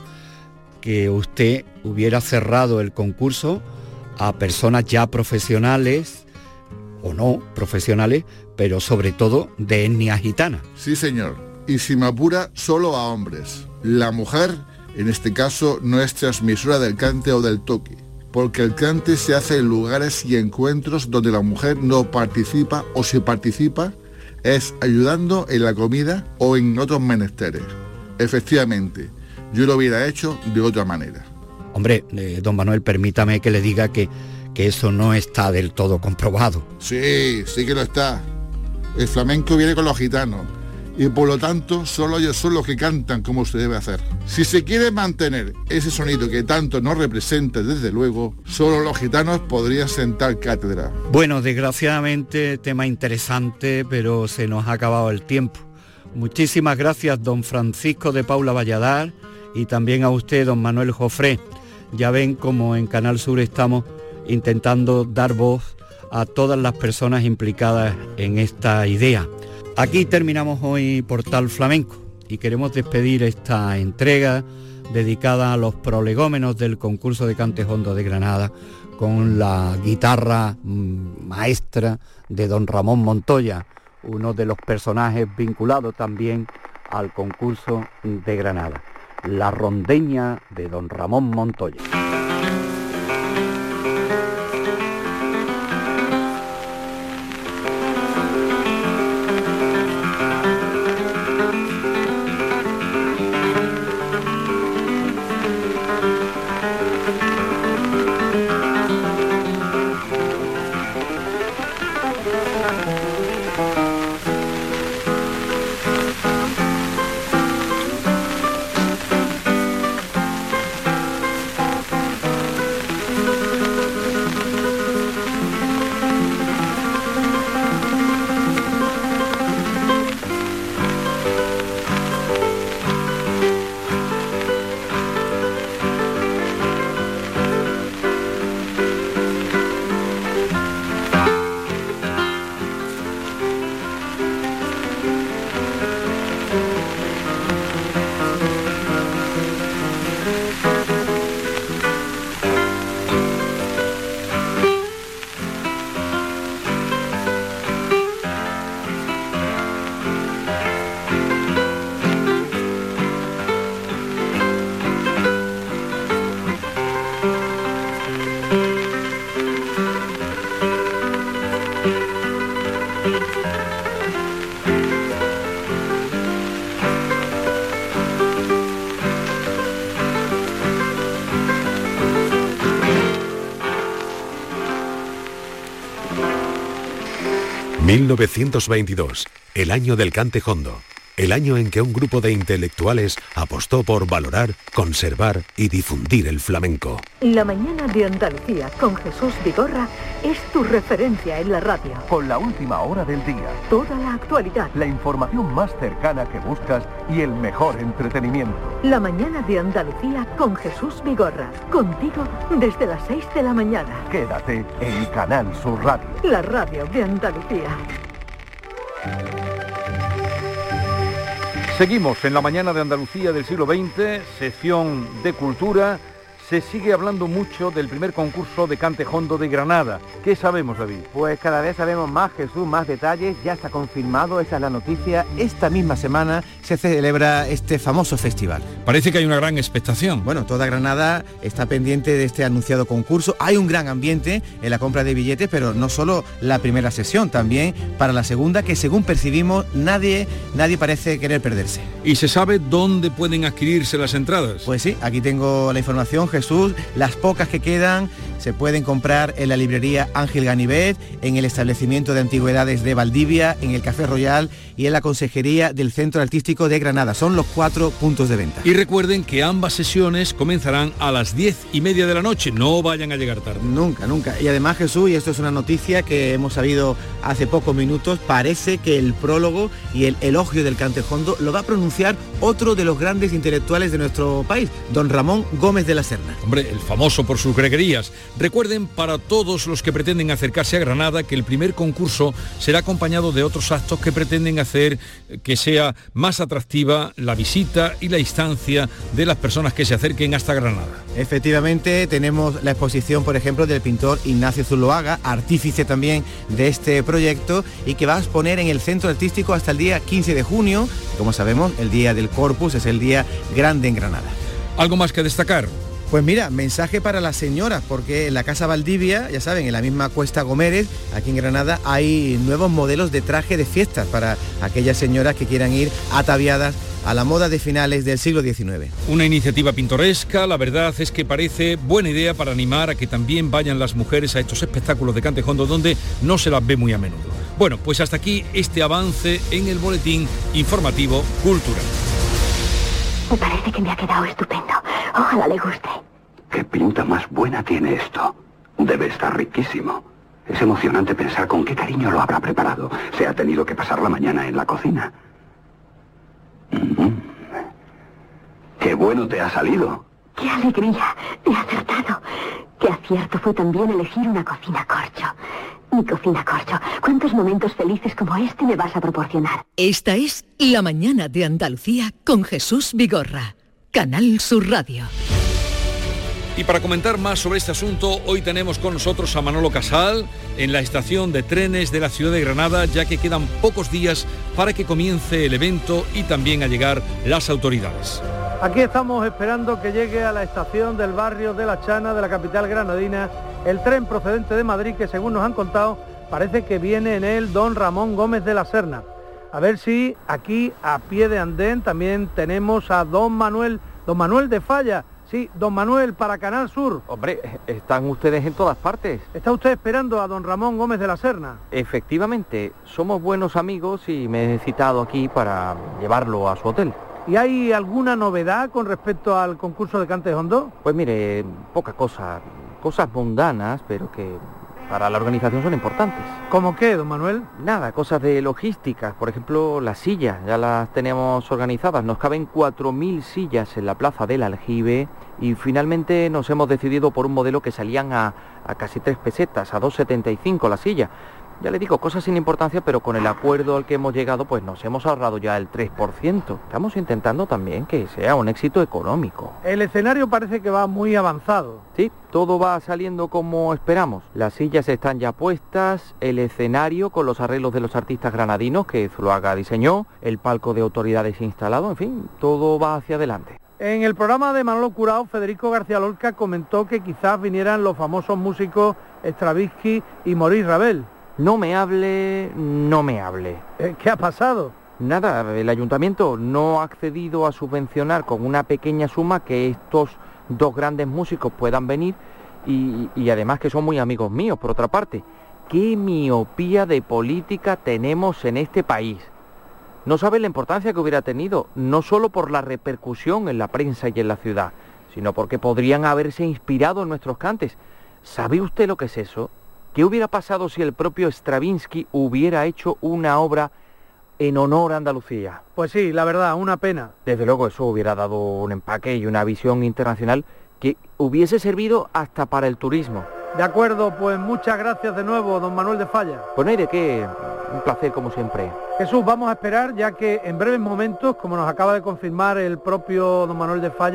que usted hubiera cerrado el concurso a personas ya profesionales, o no profesionales, pero sobre todo de etnia gitana. Sí, señor. Y si me apura, solo a hombres. La mujer, en este caso, no es transmisora del cante o del toque, porque el cante se hace en lugares y encuentros donde la mujer no participa, o si participa, es ayudando en la comida o en otros menesteres. Efectivamente, yo lo hubiera hecho de otra manera. Hombre, eh, don Manuel, permítame que le diga que, que eso no está del todo comprobado. Sí, sí que lo está. El flamenco viene con los gitanos, y por lo tanto solo ellos son los que cantan como se debe hacer. Si se quiere mantener ese sonido que tanto nos representa, desde luego, solo los gitanos podrían sentar cátedra. Bueno, desgraciadamente, tema interesante, pero se nos ha acabado el tiempo. Muchísimas gracias, don Francisco de Paula Valladar, y también a usted, don Manuel Jofré. Ya ven como en Canal Sur estamos intentando dar voz a todas las personas implicadas en esta idea. Aquí terminamos hoy Portal Flamenco y queremos despedir esta entrega dedicada a los prolegómenos del concurso de cante jondo de Granada con la guitarra mmm, maestra de don Ramón Montoya, uno de los personajes vinculados también al concurso de Granada, la rondeña de don Ramón Montoya. mil novecientos veintidós, el año del cante jondo, el año en que un grupo de intelectuales apostó por valorar, conservar y difundir el flamenco. La mañana de Andalucía con Jesús Vigorra es tu referencia en la radio. Con la última hora del día, Toda la actualidad. la información más cercana que buscas y el mejor entretenimiento. La mañana de Andalucía con Jesús Vigorra. Contigo desde las seis de la mañana. Quédate en Canal Sur Radio. La radio de Andalucía. Seguimos en la mañana de Andalucía del siglo veinte, sección de cultura. se sigue hablando mucho del primer concurso de cante jondo de Granada. ¿Qué sabemos, David? Pues cada vez sabemos más, Jesús, más detalles, ya está confirmado, esa es la noticia. Esta misma semana se celebra este famoso festival. Parece que hay una gran expectación. Bueno, toda Granada está pendiente de este anunciado concurso. Hay un gran ambiente en la compra de billetes, pero no solo la primera sesión, también para la segunda, que según percibimos, nadie, nadie parece querer perderse. ¿Y se sabe dónde pueden adquirirse las entradas? Pues sí, aquí tengo la información, Jesús. Las pocas que quedan se pueden comprar en la librería Ángel Ganivet, en el establecimiento de antigüedades de Valdivia, en el Café Royal y en la consejería del Centro Artístico de Granada. Son los cuatro puntos de venta. Y recuerden que ambas sesiones comenzarán a las diez y media de la noche. No vayan a llegar tarde. Nunca, nunca. Y además, Jesús, y esto es una noticia que hemos sabido hace pocos minutos, parece que el prólogo y el elogio del cante jondo lo va a pronunciar otro de los grandes intelectuales de nuestro país, don Ramón Gómez de la Serna. Hombre, el famoso por sus greguerías. Recuerden, para todos los que pretenden acercarse a Granada, que el primer concurso será acompañado de otros actos que pretenden hacer que sea más atractiva la visita y la instancia de las personas que se acerquen hasta Granada. Efectivamente, tenemos la exposición, por ejemplo, del pintor Ignacio Zuloaga, artífice también de este proyecto, y que va a exponer en el Centro Artístico hasta el día quince de junio. Como sabemos, el día del Corpus es el día grande en Granada. ¿Algo más que destacar? Pues mira, mensaje para las señoras, porque en la Casa Valdivia, ya saben, en la misma Cuesta Gomérez, aquí en Granada, hay nuevos modelos de traje de fiestas para aquellas señoras que quieran ir ataviadas a la moda de finales del siglo diecinueve. Una iniciativa pintoresca, la verdad es que parece buena idea para animar a que también vayan las mujeres a estos espectáculos de cante jondo donde no se las ve muy a menudo. Bueno, pues hasta aquí este avance en el boletín informativo cultural. Me parece que me ha quedado estupendo. Ojalá le guste. ¿Qué pinta más buena tiene esto? Debe estar riquísimo. Es emocionante pensar con qué cariño lo habrá preparado. Se ha tenido que pasar la mañana en la cocina. Mm. ¡Qué bueno te ha salido! ¡Qué alegría! He acertado. Qué acierto fue también elegir una cocina corcho. Mi cocina corcho. ¿Cuántos momentos felices como este me vas a proporcionar? Esta es La Mañana de Andalucía con Jesús Vigorra. Canal Sur Radio. Y para comentar más sobre este asunto, hoy tenemos con nosotros a Manolo Casal en la estación de trenes de la ciudad de Granada, ya que quedan pocos días para que comience el evento y también a llegar las autoridades. Aquí estamos esperando que llegue a la estación del barrio de La Chana de la capital granadina el tren procedente de Madrid, que según nos han contado parece que viene en él don Ramón Gómez de la Serna. A ver si aquí a pie de andén también tenemos a don Manuel, don Manuel de Falla. Sí, don Manuel, para Canal Sur. Hombre, están ustedes en todas partes. ¿Está usted esperando a don Ramón Gómez de la Serna? Efectivamente, somos buenos amigos y me he citado aquí para llevarlo a su hotel. ¿Y hay alguna novedad con respecto al concurso de cante jondo? Pues mire, poca cosa, cosas mundanas, pero que para la organización son importantes. ¿Cómo qué, don Manuel? Nada, cosas de logística, por ejemplo, las sillas, ya las tenemos organizadas, nos caben cuatro mil sillas en la Plaza del Aljibe y finalmente nos hemos decidido por un modelo que salían a, a casi tres pesetas, a dos setenta y cinco la silla. Ya le digo, cosas sin importancia, pero con el acuerdo al que hemos llegado, pues nos hemos ahorrado ya el tres por ciento. Estamos intentando también que sea un éxito económico. El escenario parece que va muy avanzado. Sí, todo va saliendo como esperamos. Las sillas están ya puestas, el escenario con los arreglos de los artistas granadinos que Zuloaga diseñó, el palco de autoridades instalado, en fin, todo va hacia adelante. En el programa de Manolo Curao, Federico García Lorca comentó que quizás vinieran los famosos músicos Stravinsky y Maurice Ravel. No me hable, no me hable. ¿Qué ha pasado? Nada, el ayuntamiento no ha accedido a subvencionar con una pequeña suma que estos dos grandes músicos puedan venir y, y además que son muy amigos míos, por otra parte. ¿Qué miopía de política tenemos en este país? No saben la importancia que hubiera tenido, no solo por la repercusión en la prensa y en la ciudad, sino porque podrían haberse inspirado en nuestros cantes. ¿Sabe usted lo que es eso? ¿Qué hubiera pasado si el propio Stravinsky hubiera hecho una obra en honor a Andalucía? Pues sí, la verdad, una pena. Desde luego eso hubiera dado un empaque y una visión internacional que hubiese servido hasta para el turismo. De acuerdo, pues muchas gracias de nuevo, don Manuel de Falla. Pues no hay de qué, un placer como siempre. Jesús, vamos a esperar, ya que en breves momentos, como nos acaba de confirmar el propio don Manuel de Falla,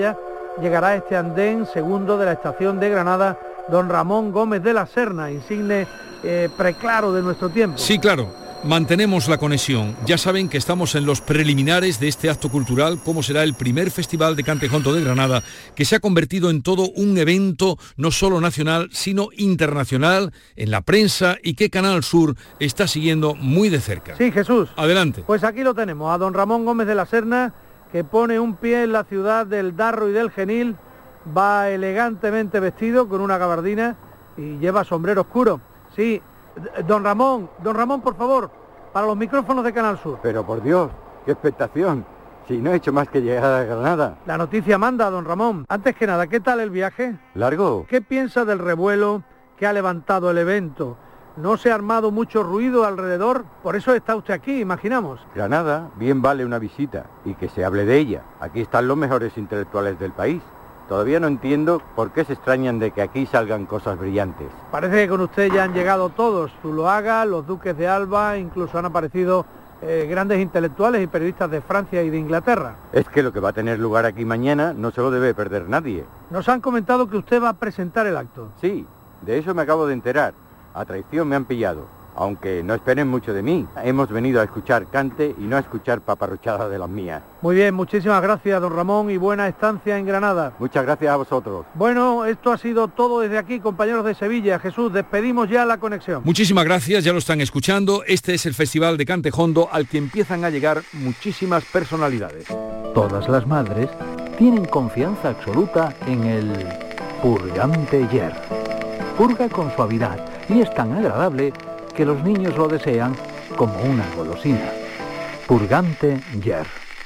llegará a este andén segundo de la estación de Granada don Ramón Gómez de la Serna, insigne eh, preclaro de nuestro tiempo. Sí, claro. Mantenemos la conexión. Ya saben que estamos en los preliminares de este acto cultural, como será el primer Festival de Cante Jondo de Granada, que se ha convertido en todo un evento no solo nacional, sino internacional en la prensa y que Canal Sur está siguiendo muy de cerca. Sí, Jesús. Adelante. Pues aquí lo tenemos, a don Ramón Gómez de la Serna, que pone un pie en la ciudad del Darro y del Genil, va elegantemente vestido con una gabardina y lleva sombrero oscuro. Sí. Don Ramón, don Ramón, por favor, para los micrófonos de Canal Sur. Pero por Dios, qué expectación. Si no he hecho más que llegar a Granada. La noticia manda, don Ramón. Antes que nada, ¿qué tal el viaje? ¿Largo? ¿Qué piensa del revuelo que ha levantado el evento? ¿No se ha armado mucho ruido alrededor? Por eso está usted aquí, imaginamos. Granada bien vale una visita y que se hable de ella. Aquí están los mejores intelectuales del país. Todavía no entiendo por qué se extrañan de que aquí salgan cosas brillantes. Parece que con usted ya han llegado todos, Zuloaga, los duques de Alba, incluso han aparecido eh, grandes intelectuales y periodistas de Francia y de Inglaterra. Es que lo que va a tener lugar aquí mañana no se lo debe perder nadie. Nos han comentado que usted va a presentar el acto. Sí, de eso me acabo de enterar. A traición me han pillado. Aunque no esperen mucho de mí. Hemos venido a escuchar cante y no a escuchar paparruchadas de las mías. Muy bien, muchísimas gracias, don Ramón, y buena estancia en Granada. Muchas gracias a vosotros. Bueno, esto ha sido todo desde aquí, compañeros de Sevilla. Jesús, despedimos ya la conexión. Muchísimas gracias, ya lo están escuchando. Este es el Festival de Cante Jondo al que empiezan a llegar muchísimas personalidades. Todas las madres tienen confianza absoluta en el Purgante Yer. Purga con suavidad y es tan agradable que los niños lo desean como una golosina. Purgante Yer.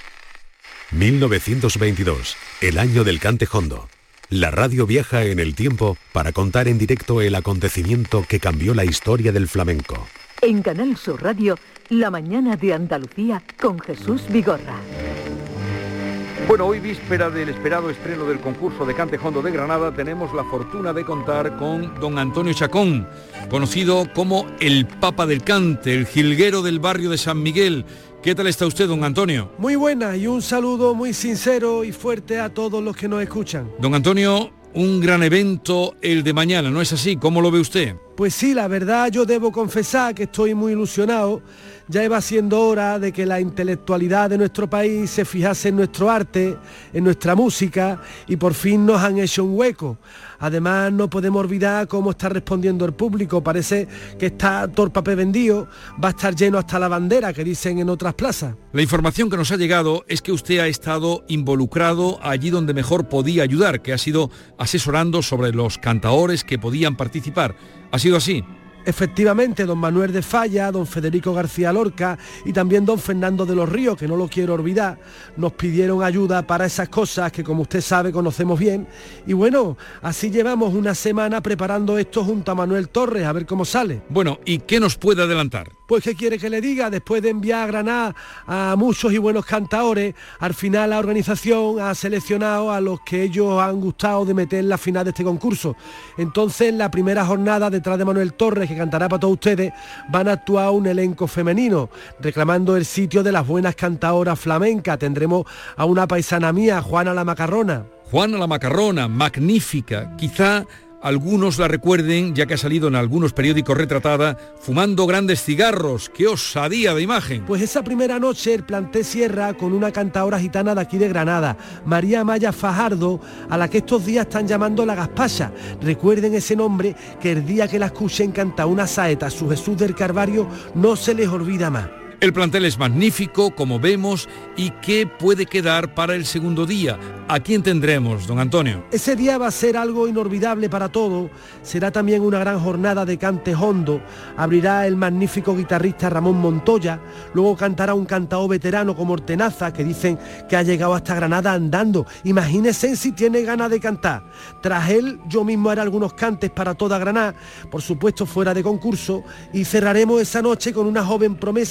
mil novecientos veintidós, el año del Cante Jondo. La radio viaja en el tiempo para contar en directo el acontecimiento que cambió la historia del flamenco. En Canal Sur Radio, La mañana de Andalucía con Jesús Vigorra. Bueno, hoy víspera del esperado estreno del concurso de Cante Jondo de Granada, tenemos la fortuna de contar con don Antonio Chacón, conocido como el Papa del Cante, el jilguero del barrio de San Miguel. ¿Qué tal está usted, don Antonio? Muy buena y un saludo muy sincero y fuerte a todos los que nos escuchan. Don Antonio, un gran evento el de mañana, ¿no es así? ¿Cómo lo ve usted? Pues sí, la verdad yo debo confesar que estoy muy ilusionado. Ya iba siendo hora de que la intelectualidad de nuestro país se fijase en nuestro arte, en nuestra música, y por fin nos han hecho un hueco. Además, no podemos olvidar cómo está respondiendo el público. Parece que está todo el papel vendido, va a estar lleno hasta la bandera, que dicen en otras plazas. La información que nos ha llegado es que usted ha estado involucrado allí donde mejor podía ayudar, que ha sido asesorando sobre los cantaores que podían participar. ¿Ha sido así? Efectivamente, don Manuel de Falla, don Federico García Lorca y también don Fernando de los Ríos, que no lo quiero olvidar, nos pidieron ayuda para esas cosas que, como usted sabe, conocemos bien. Y bueno, así llevamos una semana preparando esto junto a Manuel Torres, a ver cómo sale. Bueno, ¿y qué nos puede adelantar? Pues, ¿qué quiere que le diga? Después de enviar a Granada a muchos y buenos cantaores, al final la organización ha seleccionado a los que ellos han gustado de meter en la final de este concurso. Entonces, en la primera jornada, detrás de Manuel Torres, que cantará para todos ustedes, van a actuar un elenco femenino, reclamando el sitio de las buenas cantaoras flamencas. Tendremos a una paisana mía, Juana la Macarrona. Juana la Macarrona, magnífica. Quizá algunos la recuerden, ya que ha salido en algunos periódicos retratada, fumando grandes cigarros. ¡Qué osadía de imagen! Pues esa primera noche el planté cierra con una cantaora gitana de aquí de Granada, María Maya Fajardo, a la que estos días están llamando la Gaspacha. Recuerden ese nombre, que el día que la escuchen cantar una saeta a su Jesús del Calvario no se les olvida más. El plantel es magnífico, como vemos, y ¿qué puede quedar para el segundo día? ¿A quién tendremos, don Antonio? Ese día va a ser algo inolvidable para todos. Será también una gran jornada de cante jondo. Abrirá el magnífico guitarrista Ramón Montoya. Luego cantará un cantao veterano como Ortenaza, que dicen que ha llegado hasta Granada andando. Imagínense si tiene ganas de cantar. Tras él, yo mismo haré algunos cantes para toda Granada, por supuesto fuera de concurso, y cerraremos esa noche con una joven promesa que ha llegado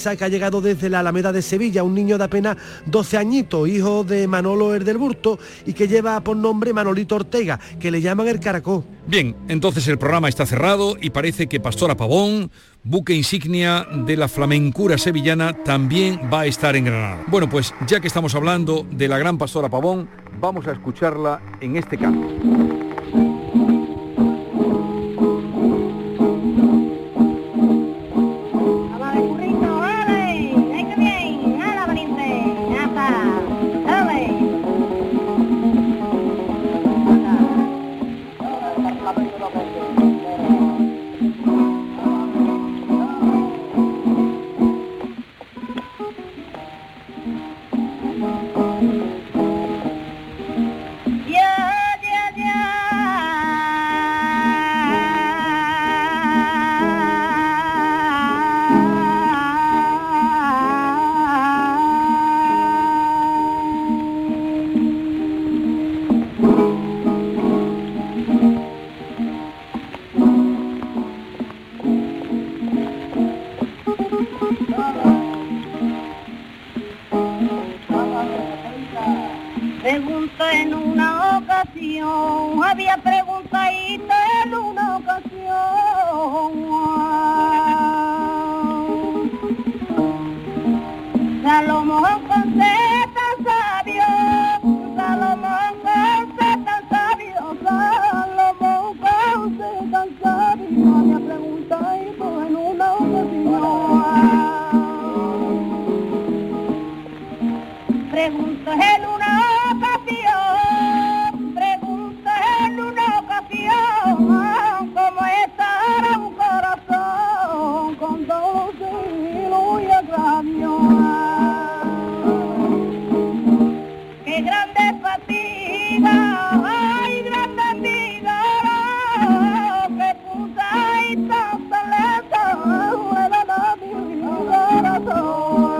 llegado desde la Alameda de Sevilla, un niño de apenas doce añitos, hijo de Manolo el del Burto, y que lleva por nombre Manolito Ortega, que le llaman el Caracol. Bien, entonces el programa está cerrado y parece que Pastora Pavón, buque insignia de la flamencura sevillana, también va a estar en Granada. Bueno, pues ya que estamos hablando de la gran Pastora Pavón, vamos a escucharla en este canto. Pregunto en una ocasión, había preguntadito en una ocasión. Salomón con ser tan sabio, Salomón con ser tan sabio, Salomón con ser tan sabio, había preguntadito en una ocasión. Pregunto en una ocasión, pregunto en una ocasión, ¿cómo estará un corazón con doce hilos y agravio? ¡Qué grande fatiga, ay, grande amiga, que puta y tanta letra, fuera la mi corazón!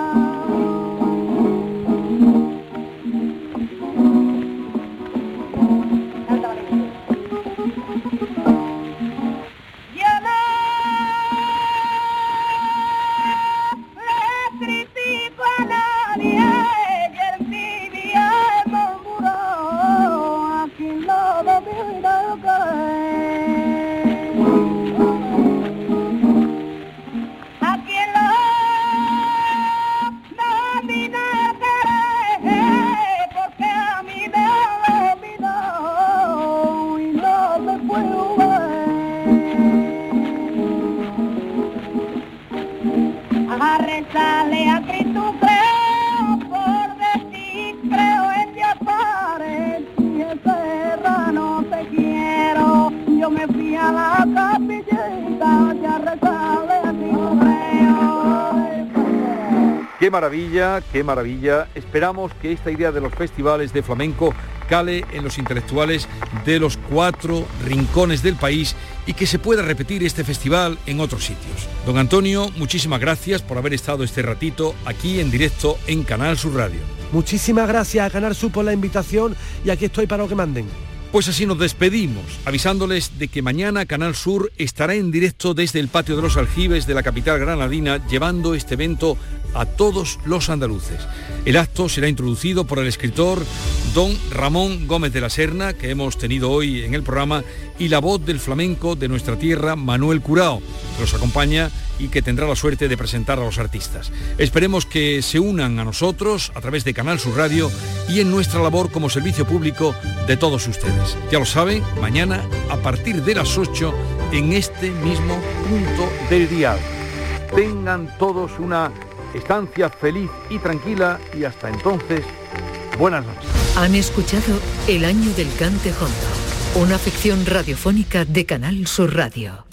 Qué maravilla, qué maravilla. Esperamos que esta idea de los festivales de flamenco cale en los intelectuales de los cuatro rincones del país y que se pueda repetir este festival en otros sitios. Don Antonio, muchísimas gracias por haber estado este ratito aquí en directo en Canal Sur Radio. Muchísimas gracias a Canal Sur por la invitación y aquí estoy para lo que manden. Pues así nos despedimos, avisándoles de que mañana Canal Sur estará en directo desde el Patio de los Aljibes de la capital granadina, llevando este evento a todos los andaluces. El acto será introducido por el escritor don Ramón Gómez de la Serna, que hemos tenido hoy en el programa, y la voz del flamenco de nuestra tierra, Manuel Curao, que los acompaña y que tendrá la suerte de presentar a los artistas. Esperemos que se unan a nosotros a través de Canal Sur Radio y en nuestra labor como servicio público de todos ustedes. Ya lo saben, mañana a partir de las ocho en este mismo punto del dial. Tengan todos una estancia feliz y tranquila y hasta entonces, buenas noches. Han escuchado El año del Cante Hondo, una ficción radiofónica de Canal Sur Radio.